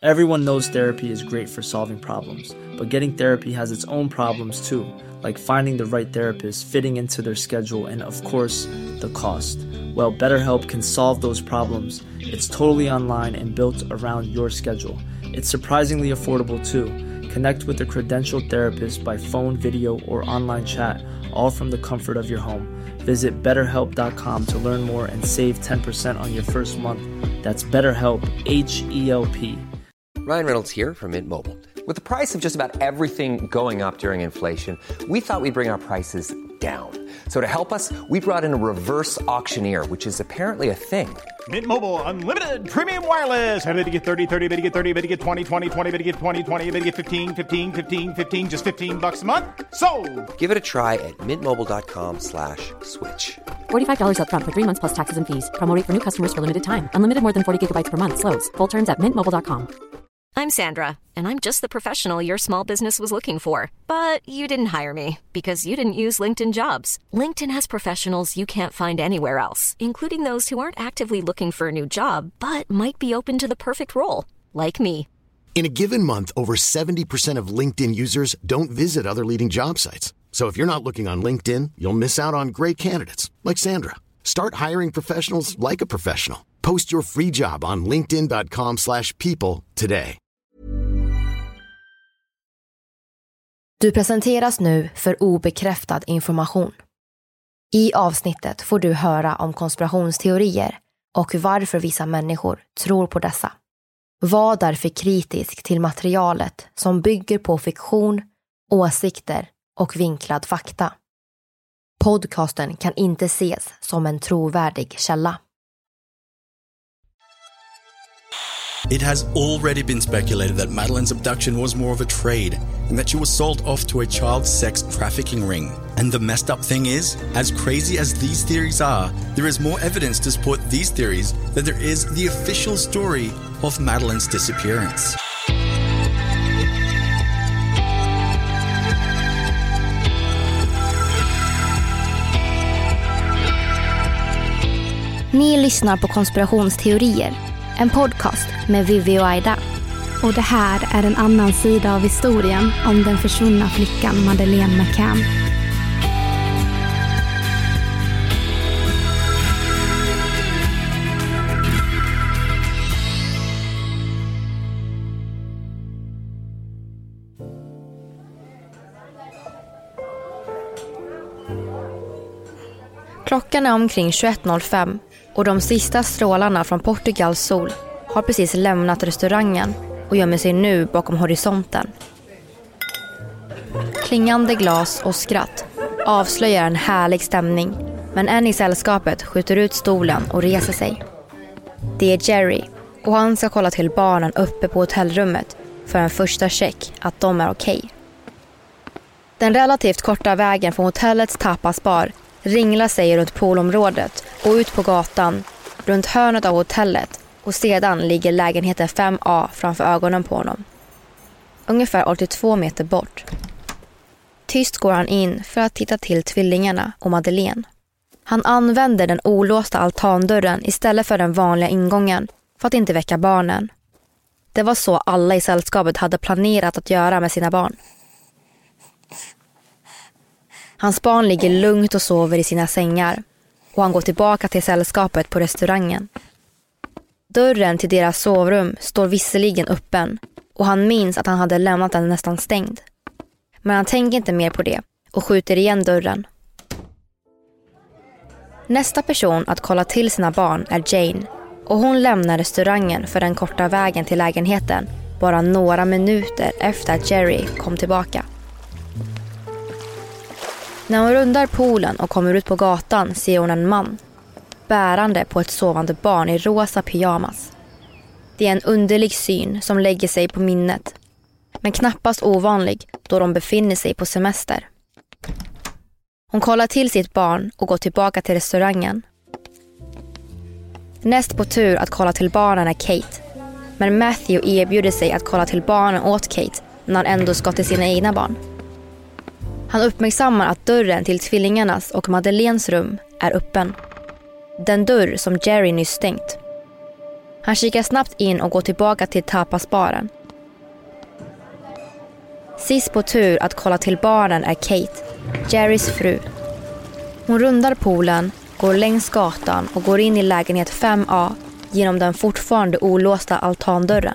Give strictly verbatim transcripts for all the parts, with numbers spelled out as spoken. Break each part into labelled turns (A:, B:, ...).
A: Everyone knows therapy is great for solving problems, but getting therapy has its own problems too, like finding the right therapist, fitting into their schedule, and of course, the cost. Well, BetterHelp can solve those problems. It's totally online and built around your schedule. It's surprisingly affordable too. Connect with a credentialed therapist by phone, video, or online chat, all from the comfort of your home. Visit better help dot com to learn more and save ten percent on your first month. That's BetterHelp, H E L P.
B: Ryan Reynolds here from Mint Mobile. With the price of just about everything going up during inflation, we thought we'd bring our prices down. So to help us, we brought in a reverse auctioneer, which is apparently a thing.
C: Mint Mobile Unlimited Premium Wireless. How to get thirty, thirty, how to get thirty, how to get twenty, twenty, twenty, how to get twenty, twenty, how to get fifteen, fifteen, fifteen, fifteen, just fifteen bucks a month? Sold!
B: Give it a try at mintmobile.com slash switch.
D: forty-five dollars up front for three months plus taxes and fees. Promo rate for new customers for limited time. Unlimited more than forty gigabytes per month. Slows full terms at mint mobile dot com.
E: I'm Sandra, and I'm just the professional your small business was looking for. But you didn't hire me because you didn't use LinkedIn Jobs. LinkedIn has professionals you can't find anywhere else, including those who aren't actively looking for a new job, but might be open to the perfect role, like me.
F: In a given month, over seventy percent of LinkedIn users don't visit other leading job sites. So if you're not looking on LinkedIn, you'll miss out on great candidates, like Sandra. Start hiring professionals like a professional. Post your free job on linkedin dot com slash people today.
G: Du presenteras nu för obekräftad information. I avsnittet får du höra om konspirationsteorier och varför vissa människor tror på dessa. Var därför kritisk till materialet som bygger på fiktion, åsikter och vinklad fakta. Podcasten kan inte ses som en trovärdig källa.
H: It has already been speculated that Madeleine's abduction was more of a trade and that she was sold off to a child sex trafficking ring. And the messed up thing is, as crazy as these theories are, there is more evidence to support these theories than there is the official story of Madeleine's disappearance.
G: Ni lyssnar på konspirationsteorier. En podcast med Vivi och Aida.
I: Och det här är en annan sida av historien om den försvunna flickan Madeleine McCann.
G: Klockan är omkring tjugoett noll fem och de sista strålarna från Portugals sol har precis lämnat restaurangen och gömmer sig nu bakom horisonten. Klingande glas och skratt avslöjar en härlig stämning, men en i sällskapet skjuter ut stolen och reser sig. Det är Jerry och han ska kolla till barnen uppe på hotellrummet för en första check att de är okej. Den relativt korta vägen från hotellets tapasbar ringlar sig runt poolområdet och ut på gatan, runt hörnet av hotellet, och sedan ligger lägenheten fem A framför ögonen på honom. Ungefär åttiotvå meter bort. Tyst går han in för att titta till tvillingarna och Madeleine. Han använder den olåsta altandörren istället för den vanliga ingången för att inte väcka barnen. Det var så alla i sällskapet hade planerat att göra med sina barn. Hans barn ligger lugnt och sover i sina sängar och han går tillbaka till sällskapet på restaurangen. Dörren till deras sovrum står visserligen öppen och han minns att han hade lämnat den nästan stängd. Men han tänker inte mer på det och skjuter igen dörren. Nästa person att kolla till sina barn är Jane och hon lämnar restaurangen för den korta vägen till lägenheten bara några minuter efter att Jerry kom tillbaka. När hon rundar poolen och kommer ut på gatan ser hon en man bärande på ett sovande barn i rosa pyjamas. Det är en underlig syn som lägger sig på minnet, men knappast ovanlig då de befinner sig på semester. Hon kollar till sitt barn och går tillbaka till restaurangen. Näst på tur att kolla till barnen är Kate, men Matthew erbjuder sig att kolla till barnen åt Kate när han ändå ska till sina egna barn. Han uppmärksammar att dörren till tvillingarnas och Madeleines rum är öppen. Den dörr som Jerry nyss stängt. Han kikar snabbt in och går tillbaka till tapasbaren. Sist på tur att kolla till baren är Kate, Jerrys fru. Hon rundar poolen, går längs gatan och går in i lägenhet fem A genom den fortfarande olåsta altandörren.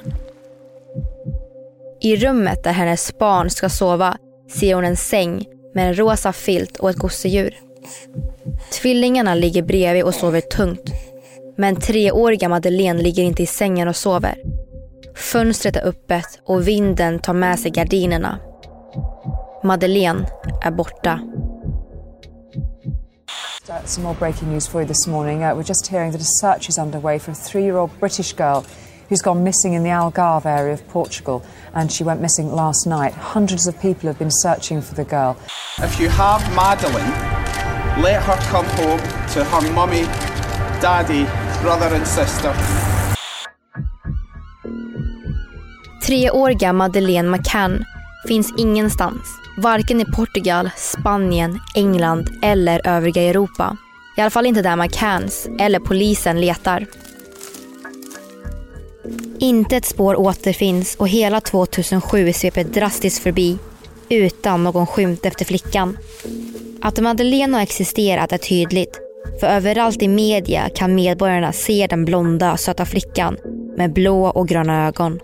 G: I rummet där hennes barn ska sova ser hon en säng med en rosa filt och ett gosedjur. Tvillingarna ligger bredvid och sover tungt. Men treåriga Madeleine ligger inte i sängen och sover. Fönstret är öppet och vinden tar med sig gardinerna. Madeleine är borta.
J: Some more breaking news for you this morning. Uh, we're just hearing that a search is underway for a three-year-old British girl who's gone missing in the Algarve area of Portugal, and she went missing last night. Hundreds of people have been searching for the girl.
K: If you have Madeleine, let her come home to her mummy, daddy, brother and sister.
G: Treåriga Madeleine McCann finns ingenstans, varken i Portugal, Spanien, England eller övriga Europa. I alla fall inte där McCanns eller polisen letar. Inte ett spår återfinns och hela tjugohundrasju sveper drastiskt förbi utan någon skymt efter flickan. Att Madeleine har existerat är tydligt, för överallt i media kan medborgarna se den blonda söta flickan med blå och gröna ögon.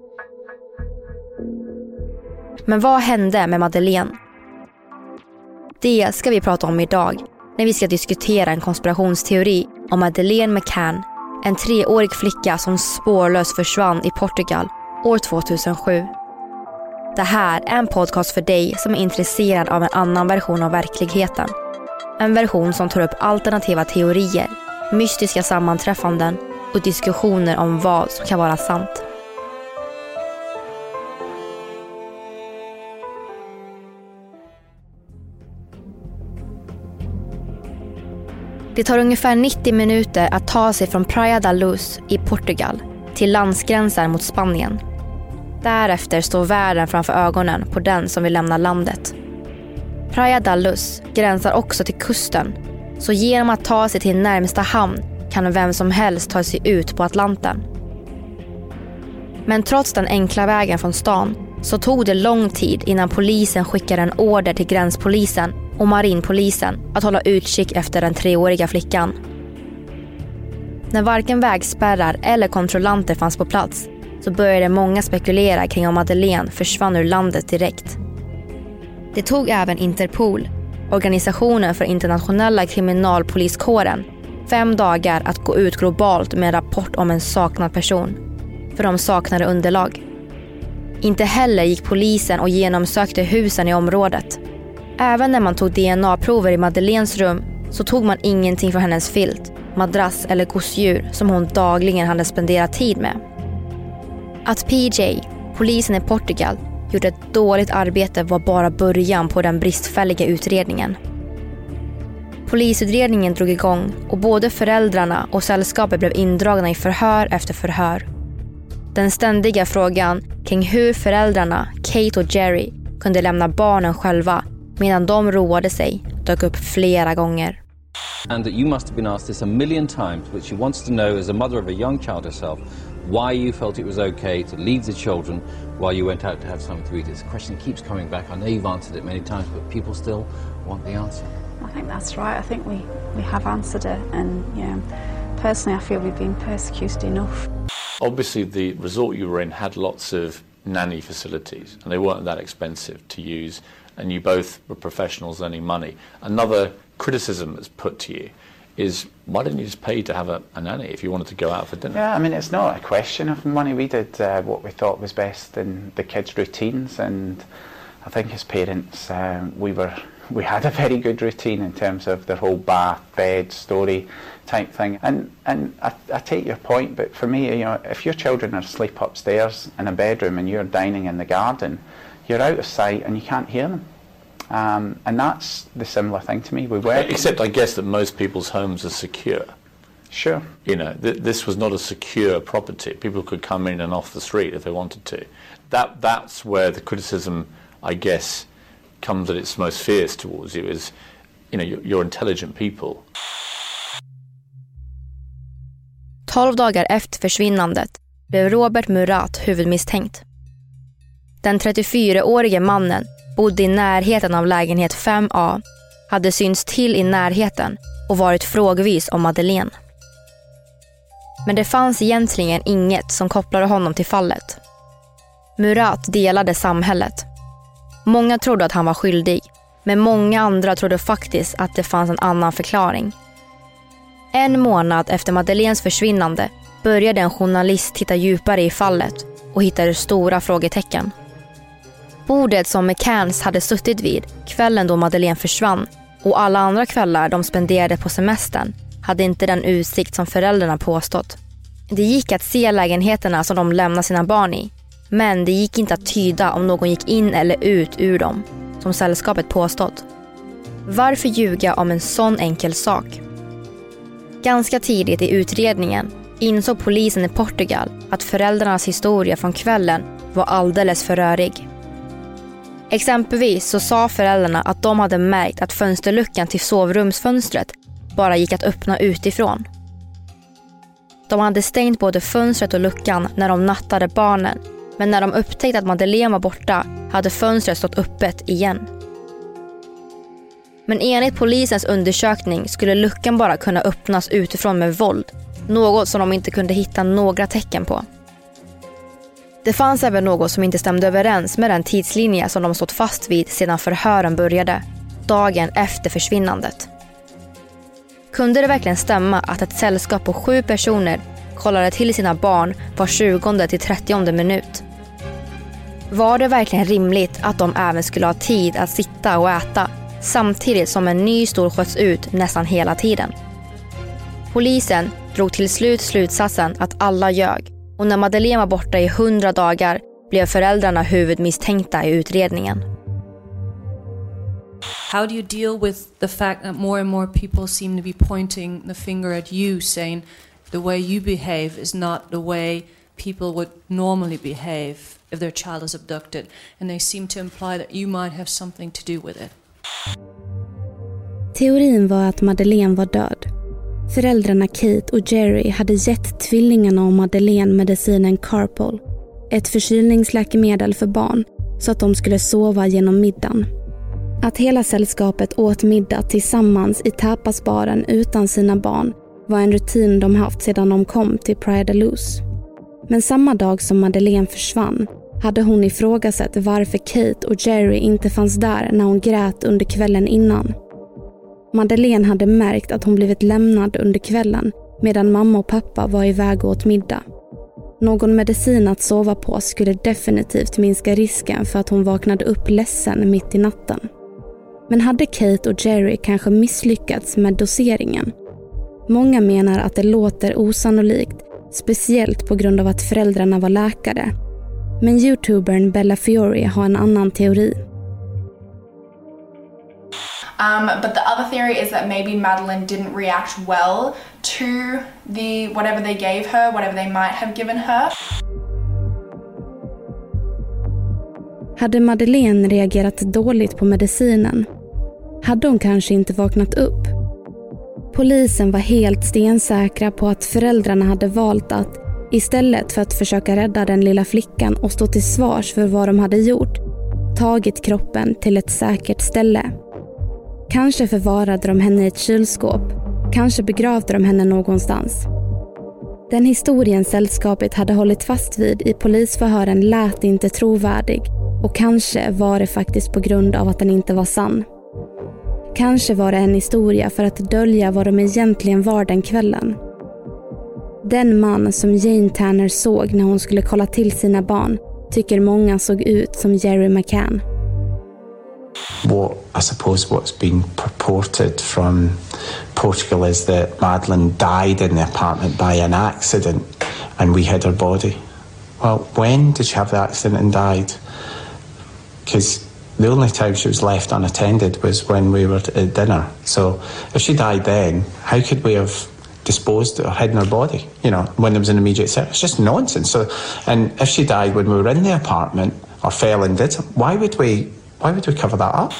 G: Men vad hände med Madeleine? Det ska vi prata om idag när vi ska diskutera en konspirationsteori om Madeleine McCann, en treårig flicka som spårlöst försvann i Portugal år tjugohundrasju. Det här är en podcast för dig som är intresserad av en annan version av verkligheten. En version som tar upp alternativa teorier, mystiska sammanträffanden och diskussioner om vad som kan vara sant. Det tar ungefär nittio minuter att ta sig från Praia da Luz i Portugal till landsgränsen mot Spanien. Därefter står världen framför ögonen på den som vill lämna landet. Praia da Luz gränsar också till kusten, så genom att ta sig till närmsta hamn kan vem som helst ta sig ut på Atlanten. Men trots den enkla vägen från stan så tog det lång tid innan polisen skickade en order till gränspolisen och marinpolisen att hålla utkik efter den treåriga flickan. När varken vägspärrar eller kontrollanter fanns på plats så började många spekulera kring om Madeleine försvann ur landet direkt. Det tog även Interpol, organisationen för internationella kriminalpoliskåren, fem dagar att gå ut globalt med en rapport om en saknad person, för de saknade underlag. Inte heller gick polisen och genomsökte husen i området. Även när man tog D N A-prover i Madeleines rum så tog man ingenting från hennes filt, madrass eller gosedjur som hon dagligen hade spenderat tid med. Att P J, polisen i Portugal, gjorde ett dåligt arbete var bara början på den bristfälliga utredningen. Polisutredningen drog igång och både föräldrarna och sällskapet blev indragna i förhör efter förhör. Den ständiga frågan kring hur föräldrarna, Kate och Jerry, kunde lämna barnen själva medan de roade sig dök upp flera gånger.
L: And that you must have been asked this a million times, but she wants to know as a mother of a young child herself why you felt it was okay to leave the children while you went out to have something to eat. It's a question that keeps coming back. I know you've answered it many times, but people still want the answer.
M: I think that's right. I think we, we have answered it, and you know, personally I feel we've been persecuted enough.
N: Obviously the resort you were in had lots of nanny facilities and they weren't that expensive to use, and you both were professionals earning money. Another criticism that's put to you is, why didn't you just pay to have a, a nanny if you wanted to go out for dinner?
O: Yeah, I mean, it's not a question of money. We did uh, what we thought was best in the kids' routines, and I think as parents um, we were we had a very good routine in terms of their whole bath, bed, story type thing. And and I, I take your point, but for me, you know, if your children are asleep upstairs in a bedroom and you're dining in the garden, you're out of sight and you can't hear them. Um, and that's the similar thing to me. We were,
N: except I guess that most people's homes are secure.
O: Sure.
N: You know, th- this was not a secure property. People could come in and off the street if they wanted to. That that's where the criticism, I guess, comes at its most fierce towards you. Is, you know, you're, you're intelligent people.
G: Tolv dagar efter försvinnandet blev Robert Murat huvudmisstänkt. Den trettiofyraårige mannen bodde i närheten av lägenhet fem A, hade synts till i närheten och varit frågvis om Madeleine. Men det fanns egentligen inget som kopplade honom till fallet. Murat delade samhället. Många trodde att han var skyldig, men många andra trodde faktiskt att det fanns en annan förklaring. En månad efter Madeleines försvinnande började en journalist titta djupare i fallet och hittade stora frågetecken. Bordet som McCanns hade suttit vid kvällen då Madeleine försvann och alla andra kvällar de spenderade på semestern hade inte den utsikt som föräldrarna påstått. Det gick att se lägenheterna som de lämnade sina barn i, men det gick inte att tyda om någon gick in eller ut ur dem, som sällskapet påstått. Varför ljuga om en sån enkel sak? Ganska tidigt i utredningen insåg polisen i Portugal att föräldrarnas historia från kvällen var alldeles för rörig. Exempelvis så sa föräldrarna att de hade märkt att fönsterluckan till sovrumsfönstret bara gick att öppna utifrån. De hade stängt både fönstret och luckan när de nattade barnen, men när de upptäckte att Madeleine var borta hade fönstret stått öppet igen. Men enligt polisens undersökning skulle luckan bara kunna öppnas utifrån med våld, något som de inte kunde hitta några tecken på. Det fanns även något som inte stämde överens med den tidslinje som de stått fast vid sedan förhören började, dagen efter försvinnandet. Kunde det verkligen stämma att ett sällskap på sju personer kollade till sina barn var tjugonde till trettionde minut? Var det verkligen rimligt att de även skulle ha tid att sitta och äta samtidigt som en ny stol sköts ut nästan hela tiden? Polisen drog till slut slutsatsen att alla ljög, och när Madeleine var borta i hundra dagar blev föräldrarna huvudmisstänkta i utredningen.
P: How do you deal with the fact that more and more people seem to be pointing the finger at you, saying the way you behave is not the way people would normally behave if their child is abducted, and they seem to imply that you might have something to do with it?
I: Teorin var att Madeleine var död. Föräldrarna Kate och Jerry hade gett tvillingarna och Madeleine medicinen Carpol, ett förkylningsläkemedel för barn, så att de skulle sova genom middagen. Att hela sällskapet åt middag tillsammans i tapasbaren utan sina barn var en rutin de haft sedan de kom till Praia da Luz. Men samma dag som Madeleine försvann hade hon ifrågasatt varför Kate och Jerry inte fanns där när hon grät under kvällen innan. Madeleine hade märkt att hon blivit lämnad under kvällen medan mamma och pappa var iväg åt middag. Någon medicin att sova på skulle definitivt minska risken för att hon vaknade upp ledsen mitt i natten. Men hade Kate och Jerry kanske misslyckats med doseringen? Många menar att det låter osannolikt, speciellt på grund av att föräldrarna var läkare. Men youtubern Bella Fiore har en annan teori.
Q: Um, but the other theory is that maybe Madeleine didn't react well to the whatever they gave her, whatever they might have given her.
I: Hade Madeleine reagerat dåligt på medicinen? Hade hon kanske inte vaknat upp? Polisen var helt stensäkra på att föräldrarna hade valt att, istället för att försöka rädda den lilla flickan och stå till svars för vad de hade gjort, tagit kroppen till ett säkert ställe. Kanske förvarade de henne i ett kylskåp. Kanske begravde de henne någonstans. Den historien sällskapet hade hållit fast vid i polisförhören lät inte trovärdig. Och kanske var det faktiskt på grund av att den inte var sann. Kanske var det en historia för att dölja vad de egentligen var den kvällen. Den man som Jane Tanner såg när hon skulle kolla till sina barn tycker många såg ut som Jerry McCann.
R: What I suppose what's been purported from Portugal is that Madeleine died in the apartment by an accident and we hid her body. Well, when did she have the accident and died? Because the only time she was left unattended was when we were at dinner. So if she died then, how could we have disposed or hidden her body, you know, when there was an immediate threat? It's just nonsense. So, and if she died when we were in the apartment or fell and did something, why would we, why would we cover that up?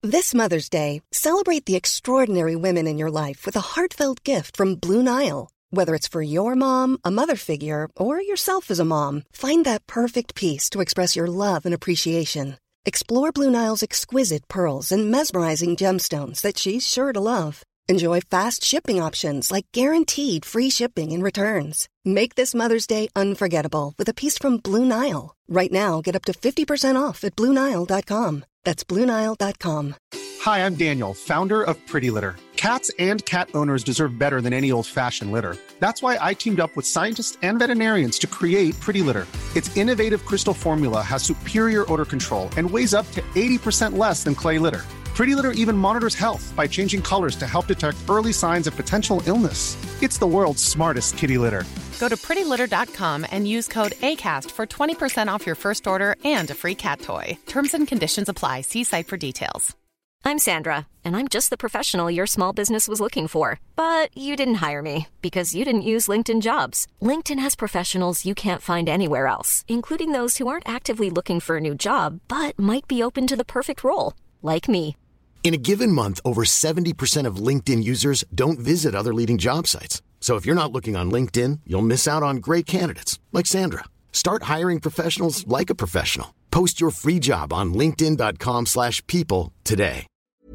S: This Mother's Day, celebrate the extraordinary women in your life with a heartfelt gift from Blue Nile. Whether it's for your mom, a mother figure, or yourself as a mom, find that perfect piece to express your love and appreciation. Explore Blue Nile's exquisite pearls and mesmerizing gemstones that she's sure to love. Enjoy fast shipping options like guaranteed free shipping and returns. Make this Mother's Day unforgettable with a piece from Blue Nile. Right now, get up to fifty percent off at blue nile dot com. That's blue nile dot com.
T: Hi, I'm Daniel, founder of Pretty Litter. Cats and cat owners deserve better than any old-fashioned litter. That's why I teamed up with scientists and veterinarians to create Pretty Litter. Its innovative crystal formula has superior odor control and weighs up to eighty percent less than clay litter. Pretty Litter even monitors health by changing colors to help detect early signs of potential illness. It's the world's smartest kitty litter.
U: Go to pretty litter dot com and use code ACAST for twenty percent off your first order and a free cat toy. Terms and conditions apply. See site for details.
E: I'm Sandra, and I'm just the professional your small business was looking for. But you didn't hire me because you didn't use LinkedIn Jobs. LinkedIn has professionals you can't find anywhere else, including those who aren't actively looking for a new job, but might be open to the perfect role, like me.
F: In a given month, over seventy percent of LinkedIn users don't visit other leading job sites. So if you're not looking on LinkedIn, you'll miss out on great candidates like Sandra. Start hiring professionals like a professional. Post your free job on linkedin dot com slash people today.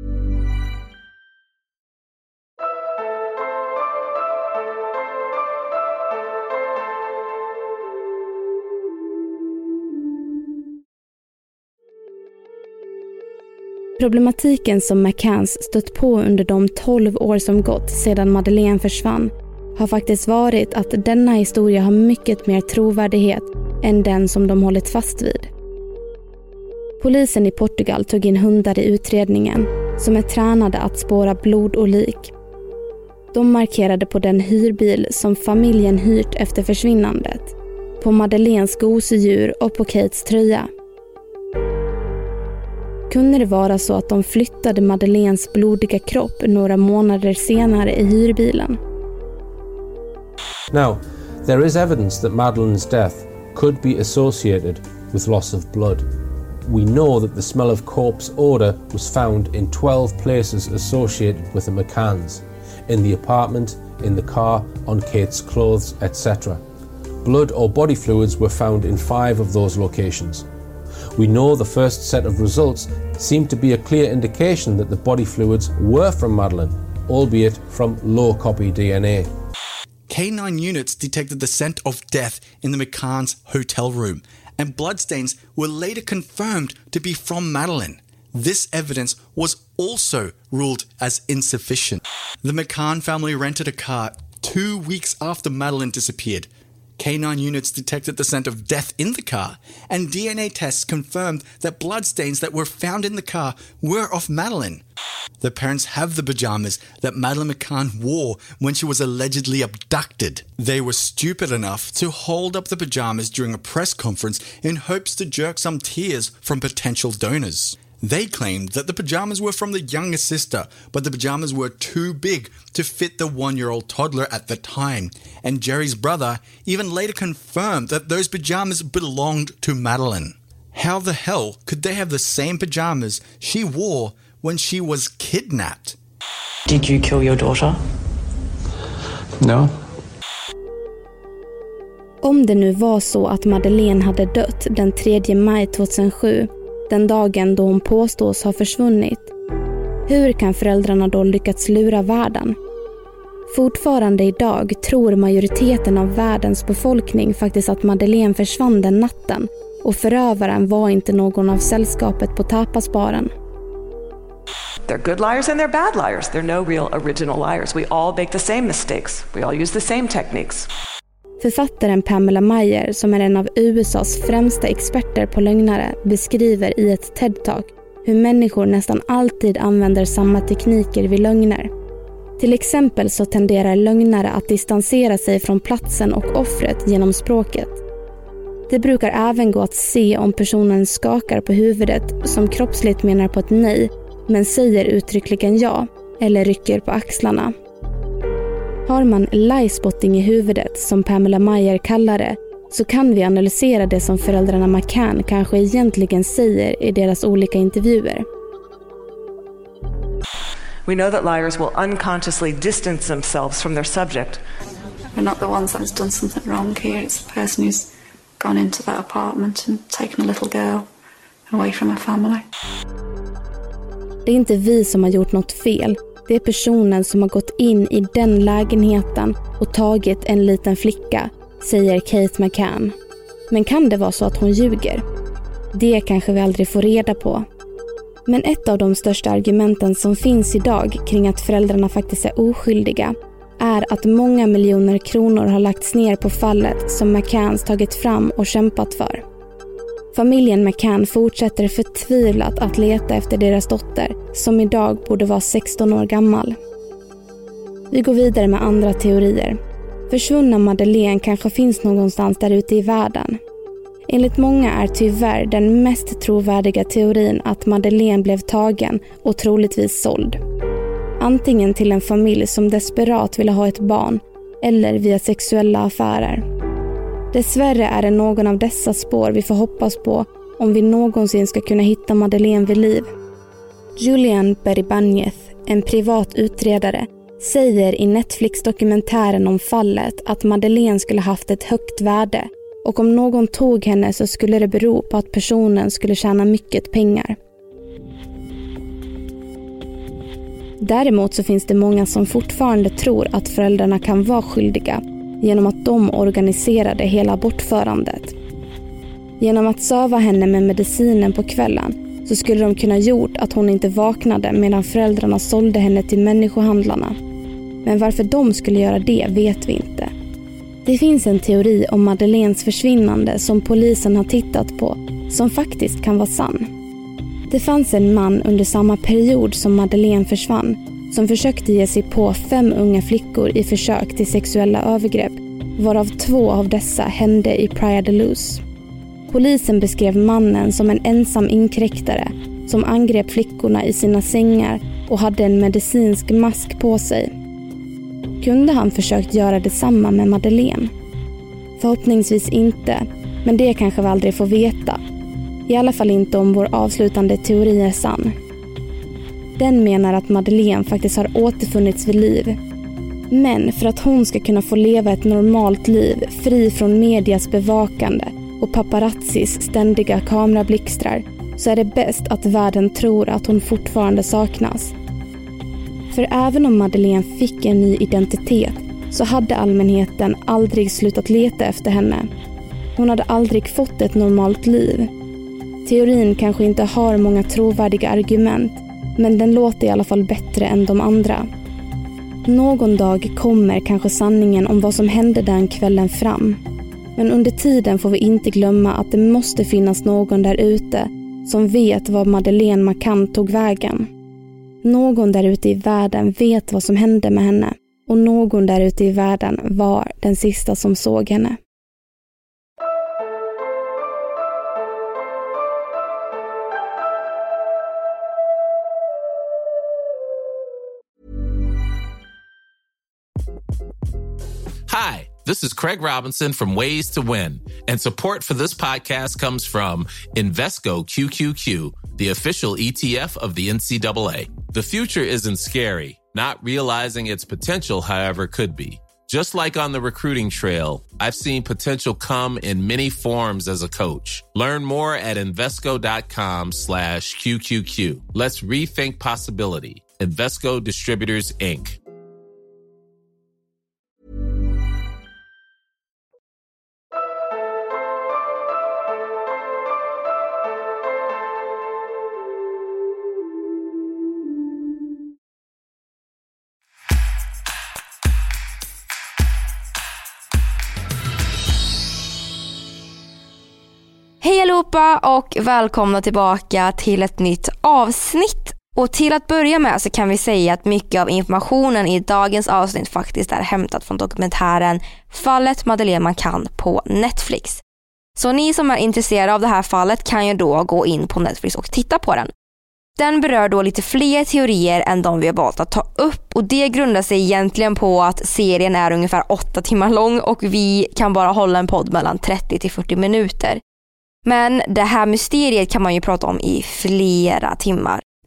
I: Problematiken som McCanns stött på under de tolv år som gått sedan Madeleine försvann har faktiskt varit att denna historia har mycket mer trovärdighet än den som de hållit fast vid. Polisen i Portugal tog in hundar i utredningen som är tränade att spåra blod och lik. De markerade på den hyrbil som familjen hyrt efter försvinnandet, på Madeleines gosedjur och på Kates tröja. Kunde det vara så att de flyttade Madeleines blodiga kropp några månader senare i hyrbilen?
V: Now, there is evidence that Madeleine's death could be associated with loss of blood. We know that the smell of corpse odour was found in twelve places associated with the McCanns, in the apartment, in the car, on Kate's clothes, et cetera. Blood or body fluids were found in five of those locations. We know the first set of results seemed to be a clear indication that the body fluids were from Madeleine, albeit from low-copy D N A.
H: K nine units detected the scent of death in the McCann's hotel room, and bloodstains were later confirmed to be from Madeleine. This evidence was also ruled as insufficient. The McCann family rented a car two weeks after Madeleine disappeared. K nine units detected the scent of death in the car, and D N A tests confirmed that bloodstains that were found in the car were of Madeleine. The parents have the pajamas that Madeleine McCann wore when she was allegedly abducted. They were stupid enough to hold up the pajamas during a press conference in hopes to jerk some tears from potential donors. They claimed that the pajamas were from the younger sister, but the pajamas were too big to fit the one-year-old toddler at the time. And Jerry's brother even later confirmed that those pajamas belonged to Madeleine. How the hell could they have the same pajamas she wore when she was kidnapped?
W: Did you kill your daughter?
R: No.
I: Om det nu var så att Madeleine hade dött den tredje maj tjugohundrasju, den dagen då hon påstås ha försvunnit, hur kan föräldrarna då lyckats lura världen? Fortfarande idag tror majoriteten av världens befolkning faktiskt att Madeleine försvann den natten och förövaren var inte någon av sällskapet på tapasbaren.
W: They're good liars and they're bad liars. They're no real original liars. We all make the same mistakes. We all use the same techniques.
I: Författaren Pamela Meyer, som är en av U S A:s främsta experter på lögnare, beskriver i ett TED-talk hur människor nästan alltid använder samma tekniker vid lögner. Till exempel så tenderar lögnare att distansera sig från platsen och offret genom språket. Det brukar även gå att se om personen skakar på huvudet som kroppsligt menar på ett nej, men säger uttryckligen ja, eller rycker på axlarna. Har man lie-spotting i huvudet, som Pamela Meyer kallar det, så kan vi analysera det som föräldrarna McCann kanske egentligen säger i deras olika intervjuer.
W: We know that liars will unconsciously distance themselves from their subject.
M: We're not the ones that has done something wrong here. It's the person who's gone into that apartment and taken a little girl away from her family.
I: Det är inte vi som har gjort något fel. Det är personen som har gått in i den lägenheten och tagit en liten flicka, säger Kate McCann. Men kan det vara så att hon ljuger? Det kanske vi aldrig får reda på. Men ett av de största argumenten som finns idag kring att föräldrarna faktiskt är oskyldiga är att många miljoner kronor har lagts ner på fallet som McCanns tagit fram och kämpat för. Familjen McCann fortsätter förtvivlat att leta efter deras dotter som idag borde vara sexton år gammal. Vi går vidare med andra teorier. Försvunna Madeleine kanske finns någonstans där ute i världen. Enligt många är tyvärr den mest trovärdiga teorin att Madeleine blev tagen och troligtvis såld. Antingen till en familj som desperat ville ha ett barn eller via sexuella affärer. Dessvärre är det någon av dessa spår vi får hoppas på om vi någonsin ska kunna hitta Madeleine vid liv. Julian Beribanez, en privat utredare, säger i Netflix-dokumentären om fallet att Madeleine skulle haft ett högt värde och om någon tog henne så skulle det bero på att personen skulle tjäna mycket pengar. Däremot så finns det många som fortfarande tror att föräldrarna kan vara skyldiga genom att de organiserade hela bortförandet. Genom att söva henne med medicinen på kvällen så skulle de kunna gjort att hon inte vaknade medan föräldrarna sålde henne till människohandlarna. Men varför de skulle göra det vet vi inte. Det finns en teori om Madeleines försvinnande som polisen har tittat på som faktiskt kan vara sann. Det fanns en man under samma period som Madeleine försvann som försökte ge sig på fem unga flickor i försök till sexuella övergrepp, varav två av dessa hände i Praia de Luz. Polisen beskrev mannen som en ensam inkräktare som angrep flickorna i sina sängar och hade en medicinsk mask på sig. Kunde han försökt göra detsamma med Madeleine? Förhoppningsvis inte, men det kanske vi aldrig får veta. I alla fall inte om vår avslutande teori är sann. Den menar att Madeleine faktiskt har återfunnits vid liv. Men för att hon ska kunna få leva ett normalt liv fri från medias bevakande och paparazzis ständiga kamerablixtrar så är det bäst att världen tror att hon fortfarande saknas. För även om Madeleine fick en ny identitet så hade allmänheten aldrig slutat leta efter henne. Hon hade aldrig fått ett normalt liv. Teorin kanske inte har många trovärdiga argument, men den låter i alla fall bättre än de andra. Någon dag kommer kanske sanningen om vad som hände den kvällen fram. Men under tiden får vi inte glömma att det måste finnas någon där ute som vet vad Madeleine McCann tog vägen. Någon där ute i världen vet vad som hände med henne och någon där ute i världen var den sista som såg henne.
A: Hi, this is Craig Robinson from Ways to Win, and support for this podcast comes from Invesco Q Q Q, the official E T F of the N C double A. The future isn't scary. Not realizing its potential, however, could be. Just like on the recruiting trail, I've seen potential come in many forms as a coach. Learn more at Invesco.com slash QQQ. Let's rethink possibility. Invesco Distributors, Incorporated.
G: Hej allihopa och välkomna tillbaka till ett nytt avsnitt. Och till att börja med så kan vi säga att mycket av informationen i dagens avsnitt faktiskt är hämtat från dokumentären Fallet Madeleine McCann på Netflix. Så ni som är intresserade av det här fallet kan ju då gå in på Netflix och titta på den. Den berör då lite fler teorier än de vi har valt att ta upp, och det grundar sig egentligen på att serien är ungefär åtta timmar lång och vi kan bara hålla en podd mellan trettio till fyrtio minuter. Men det här mysteriet kan man ju prata om i flera timmar.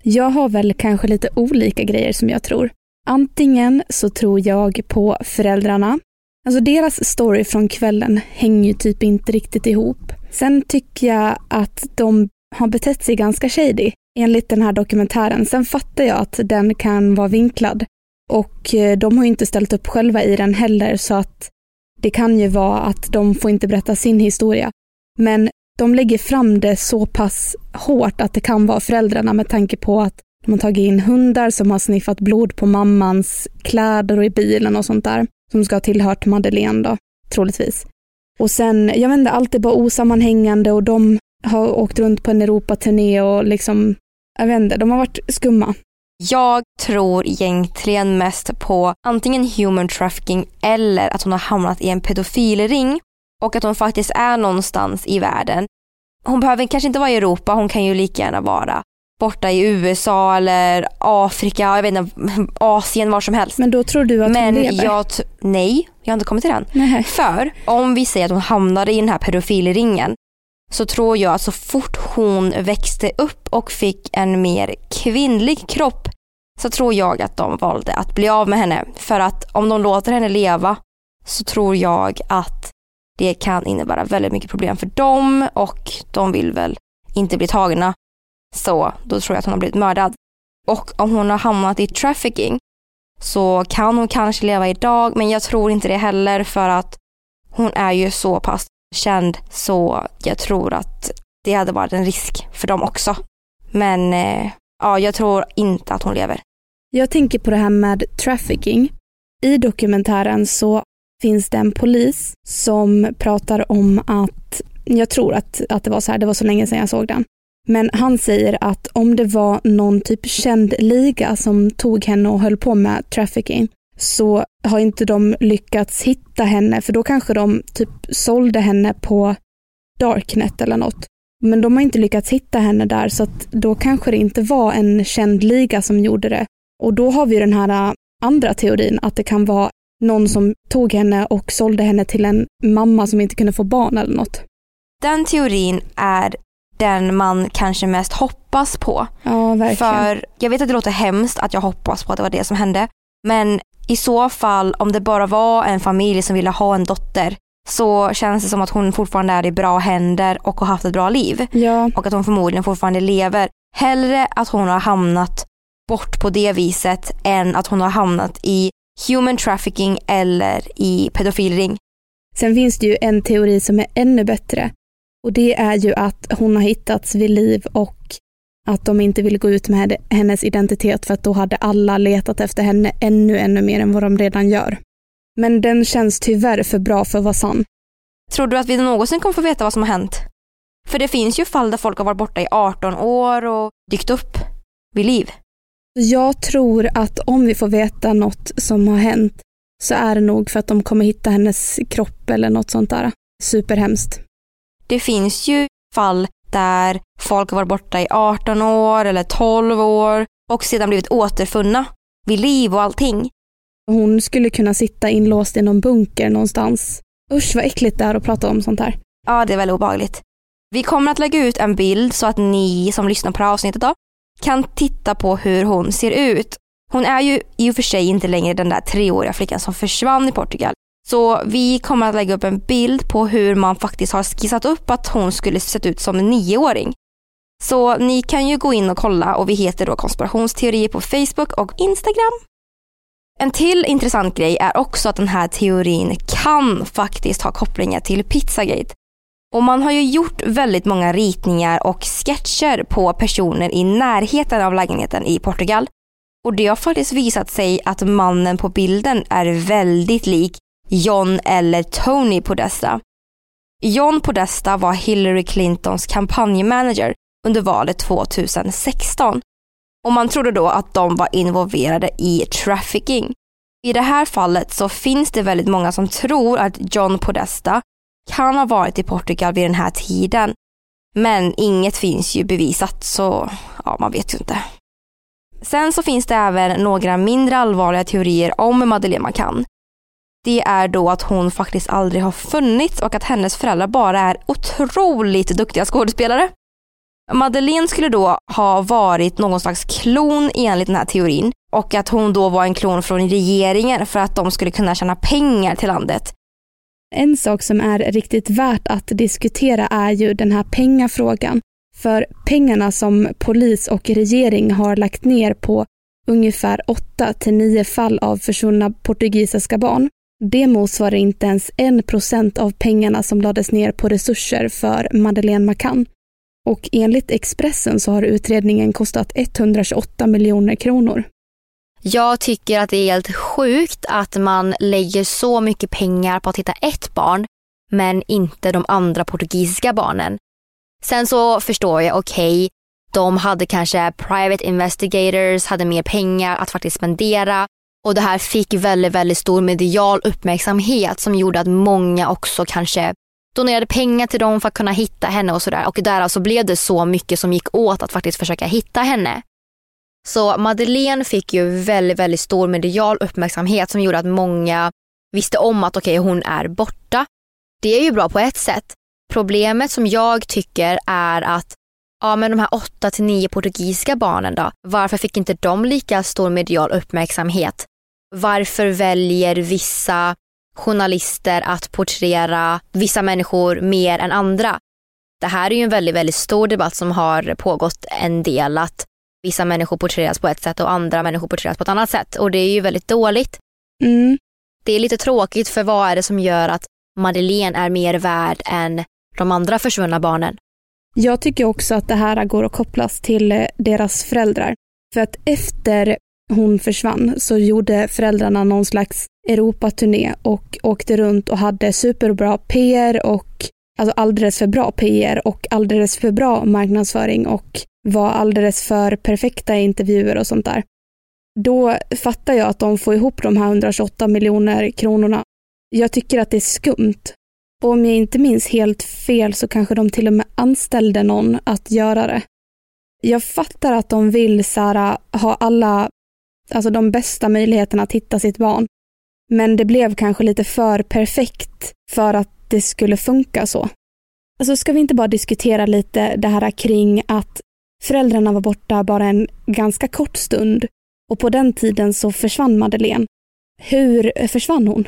I: Jag har väl kanske lite olika grejer som jag tror. Antingen så tror jag på föräldrarna. Alltså deras story från kvällen hänger ju typ inte riktigt ihop. Sen tycker jag att de har betett sig ganska shady enligt den här dokumentären. Sen fattar jag att den kan vara vinklad. Och de har ju inte ställt upp själva i den heller, så att det kan ju vara att de får inte berätta sin historia. Men de lägger fram det så pass hårt att det kan vara föräldrarna, med tanke på att de har tagit in hundar som har sniffat blod på mammans kläder och i bilen och sånt där. Som ska ha tillhört Madeleine då, troligtvis. Och sen, jag vet inte, allt är bara osammanhängande och de har åkt runt på en Europaturné och liksom, jag vet inte, de har varit skumma.
G: Jag tror egentligen mest på antingen human trafficking eller att hon har hamnat i en pedofilring och att hon faktiskt är någonstans i världen. Hon behöver kanske inte vara i Europa, hon kan ju lika gärna vara borta i U S A eller Afrika, jag vet inte, Asien, var som helst.
I: Men då tror du att
G: Men
I: hon lever?
G: Jag t- nej, jag har inte kommit till den.
I: Nej.
G: För om vi säger att hon hamnade i den här pedofilringen, så tror jag att så fort hon växte upp och fick en mer kvinnlig kropp, så tror jag att de valde att bli av med henne. För att om de låter henne leva, så tror jag att det kan innebära väldigt mycket problem för dem, och de vill väl inte bli tagna. Så då tror jag att hon har blivit mördad. Och om hon har hamnat i trafficking, så kan hon kanske leva idag, men jag tror inte det heller, för att hon är ju så pass känd, så jag tror att det hade varit en risk för dem också. Men eh, ja, jag tror inte att hon lever.
I: Jag tänker på det här med trafficking. I dokumentären så finns det en polis som pratar om att, jag tror att, att det var så här, det var så länge sedan jag såg den. Men han säger att om det var någon typ känd liga som tog henne och höll på med trafficking, så har inte de lyckats hitta henne, för då kanske de typ sålde henne på Darknet eller något. Men de har inte lyckats hitta henne där, så att då kanske det inte var en känd liga som gjorde det. Och då har vi den här andra teorin, att det kan vara någon som tog henne och sålde henne till en mamma som inte kunde få barn eller något.
G: Den teorin är den man kanske mest hoppas på.
I: Ja, verkligen.
G: För jag vet att det låter hemskt att jag hoppas på att det var det som hände. Men i så fall, om det bara var en familj som ville ha en dotter, så känns det som att hon fortfarande är i bra händer och har haft ett bra liv.
I: Ja.
G: Och att hon förmodligen fortfarande lever. Hellre att hon har hamnat bort på det viset än att hon har hamnat i human trafficking eller i pedofilring.
I: Sen finns det ju en teori som är ännu bättre. Och det är ju att hon har hittats vid liv och att de inte vill gå ut med hennes identitet, för att då hade alla letat efter henne ännu, ännu mer än vad de redan gör. Men den känns tyvärr för bra för att vara sann.
G: Tror du att vi någonsin kommer få veta vad som har hänt? För det finns ju fall där folk har varit borta i arton år och dykt upp vid liv.
I: Jag tror att om vi får veta något som har hänt, så är det nog för att de kommer hitta hennes kropp eller något sånt där. Superhemskt.
G: Det finns ju fall där folk har varit borta i arton år eller tolv år och sedan blivit återfunna vid liv och allting.
I: Hon skulle kunna sitta inlåst i någon bunker någonstans. Usch, vad äckligt det är att prata om sånt här.
G: Ja, det är väldigt obehagligt. Vi kommer att lägga ut en bild så att ni som lyssnar på avsnittet då kan titta på hur hon ser ut. Hon är ju i och för sig inte längre den där treåriga flickan som försvann i Portugal. Så vi kommer att lägga upp en bild på hur man faktiskt har skissat upp att hon skulle sett ut som en nioåring. Så ni kan ju gå in och kolla, och vi heter då Konspirationsteorier på Facebook och Instagram. En till intressant grej är också att den här teorin kan faktiskt ha kopplingar till Pizzagate. Och man har ju gjort väldigt många ritningar och sketcher på personer i närheten av lägenheten i Portugal. Och det har faktiskt visat sig att mannen på bilden är väldigt lik John eller Tony Podesta. John Podesta var Hillary Clintons kampanjmanager under valet tjugohundrasexton. Och man trodde då att de var involverade i trafficking. I det här fallet så finns det väldigt många som tror att John Podesta kan ha varit i Portugal vid den här tiden. Men inget finns ju bevisat, så ja, man vet ju inte. Sen så finns det även några mindre allvarliga teorier om Madeleine McCann. Det är då att hon faktiskt aldrig har funnits och att hennes föräldrar bara är otroligt duktiga skådespelare. Madeleine skulle då ha varit någon slags klon enligt den här teorin. Och att hon då var en klon från regeringen för att de skulle kunna tjäna pengar till landet.
I: En sak som är riktigt värt att diskutera är ju den här pengafrågan. För pengarna som polis och regering har lagt ner på ungefär åtta till nio fall av försvunna portugisiska barn, det motsvarar inte ens en procent av pengarna som lades ner på resurser för Madeleine McCann. Och enligt Expressen så har utredningen kostat etthundratjugoåtta miljoner kronor.
G: Jag tycker att det är helt sjukt att man lägger så mycket pengar på att hitta ett barn men inte de andra portugisiska barnen. Sen så förstår jag, okej, okay, de hade kanske private investigators, hade mer pengar att faktiskt spendera och det här fick väldigt, väldigt stor medial uppmärksamhet som gjorde att många också kanske donerade pengar till dem för att kunna hitta henne och sådär. Och därav så blev det så mycket som gick åt att faktiskt försöka hitta henne. Så Madeleine fick ju väldigt, väldigt stor medial uppmärksamhet som gjorde att många visste om att okej, okay, hon är borta. Det är ju bra på ett sätt. Problemet som jag tycker är att ja, men de här åtta till nio portugisiska barnen då, varför fick inte de lika stor medial uppmärksamhet? Varför väljer vissa journalister att porträttera vissa människor mer än andra? Det här är ju en väldigt, väldigt stor debatt som har pågått en del, att vissa människor porträtteras på ett sätt och andra människor porträtteras på ett annat sätt. Och det är ju väldigt dåligt.
I: Mm.
G: Det är lite tråkigt, för vad är det som gör att Madeleine är mer värd än de andra försvunna barnen?
I: Jag tycker också att det här går att kopplas till deras föräldrar. För att efter hon försvann så gjorde föräldrarna någon slags Europaturné och åkte runt och hade superbra P R och alltså alldeles för bra P R och alldeles för bra marknadsföring och var alldeles för perfekta intervjuer och sånt där. Då fattar jag att de får ihop de här etthundratjugoåtta miljoner kronorna. Jag tycker att det är skumt. Och om jag inte minns helt fel så kanske de till och med anställde någon att göra det. Jag fattar att de vill så här, ha alla, alltså de bästa möjligheterna att hitta sitt barn. Men det blev kanske lite för perfekt för att det skulle funka så. Alltså ska vi inte bara diskutera lite det här kring att föräldrarna var borta bara en ganska kort stund och på den tiden så försvann Madeleine. Hur försvann hon?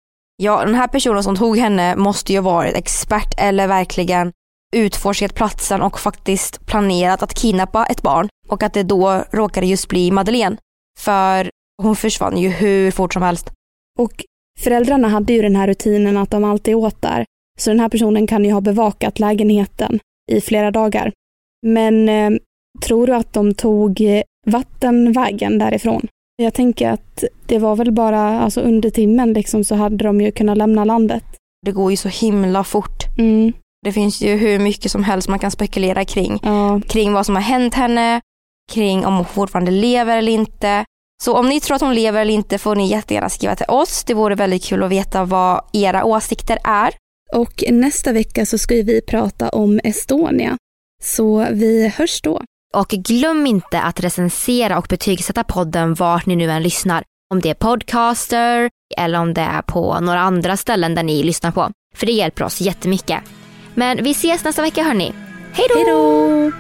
G: Ja, den här personen som tog henne måste ju ha varit expert eller verkligen utforskat platsen och faktiskt planerat att kidnappa ett barn, och att det då råkade just bli Madeleine. För hon försvann ju hur fort som helst.
I: Och föräldrarna hade ju den här rutinen att de alltid åt där. Så den här personen kan ju ha bevakat lägenheten i flera dagar. Men eh, tror du att de tog vattenvägen därifrån? Jag tänker att det var väl bara alltså under timmen liksom, så hade de ju kunnat lämna landet.
G: Det går ju så himla fort.
I: Mm.
G: Det finns ju hur mycket som helst man kan spekulera kring.
I: Ja.
G: Kring vad som har hänt henne, kring om hon fortfarande lever eller inte. Så om ni tror att hon lever eller inte får ni jättegärna skriva till oss. Det vore väldigt kul att veta vad era åsikter är.
I: Och nästa vecka så ska vi prata om Estonia. Så vi hörs då.
G: Och glöm inte att recensera och betygsätta podden vart ni nu än lyssnar. Om det är Podcaster eller om det är på några andra ställen där ni lyssnar på. För det hjälper oss jättemycket. Men vi ses nästa vecka, hörni. Hej då!
I: Hej då!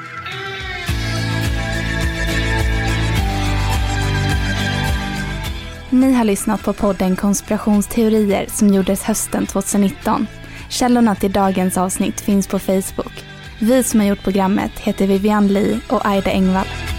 B: Ni har lyssnat på podden Konspirationsteorier som gjordes hösten tjugonitton. Källorna till dagens avsnitt finns på Facebook. Vi som har gjort programmet heter Vivian Lee och Aida Engvall.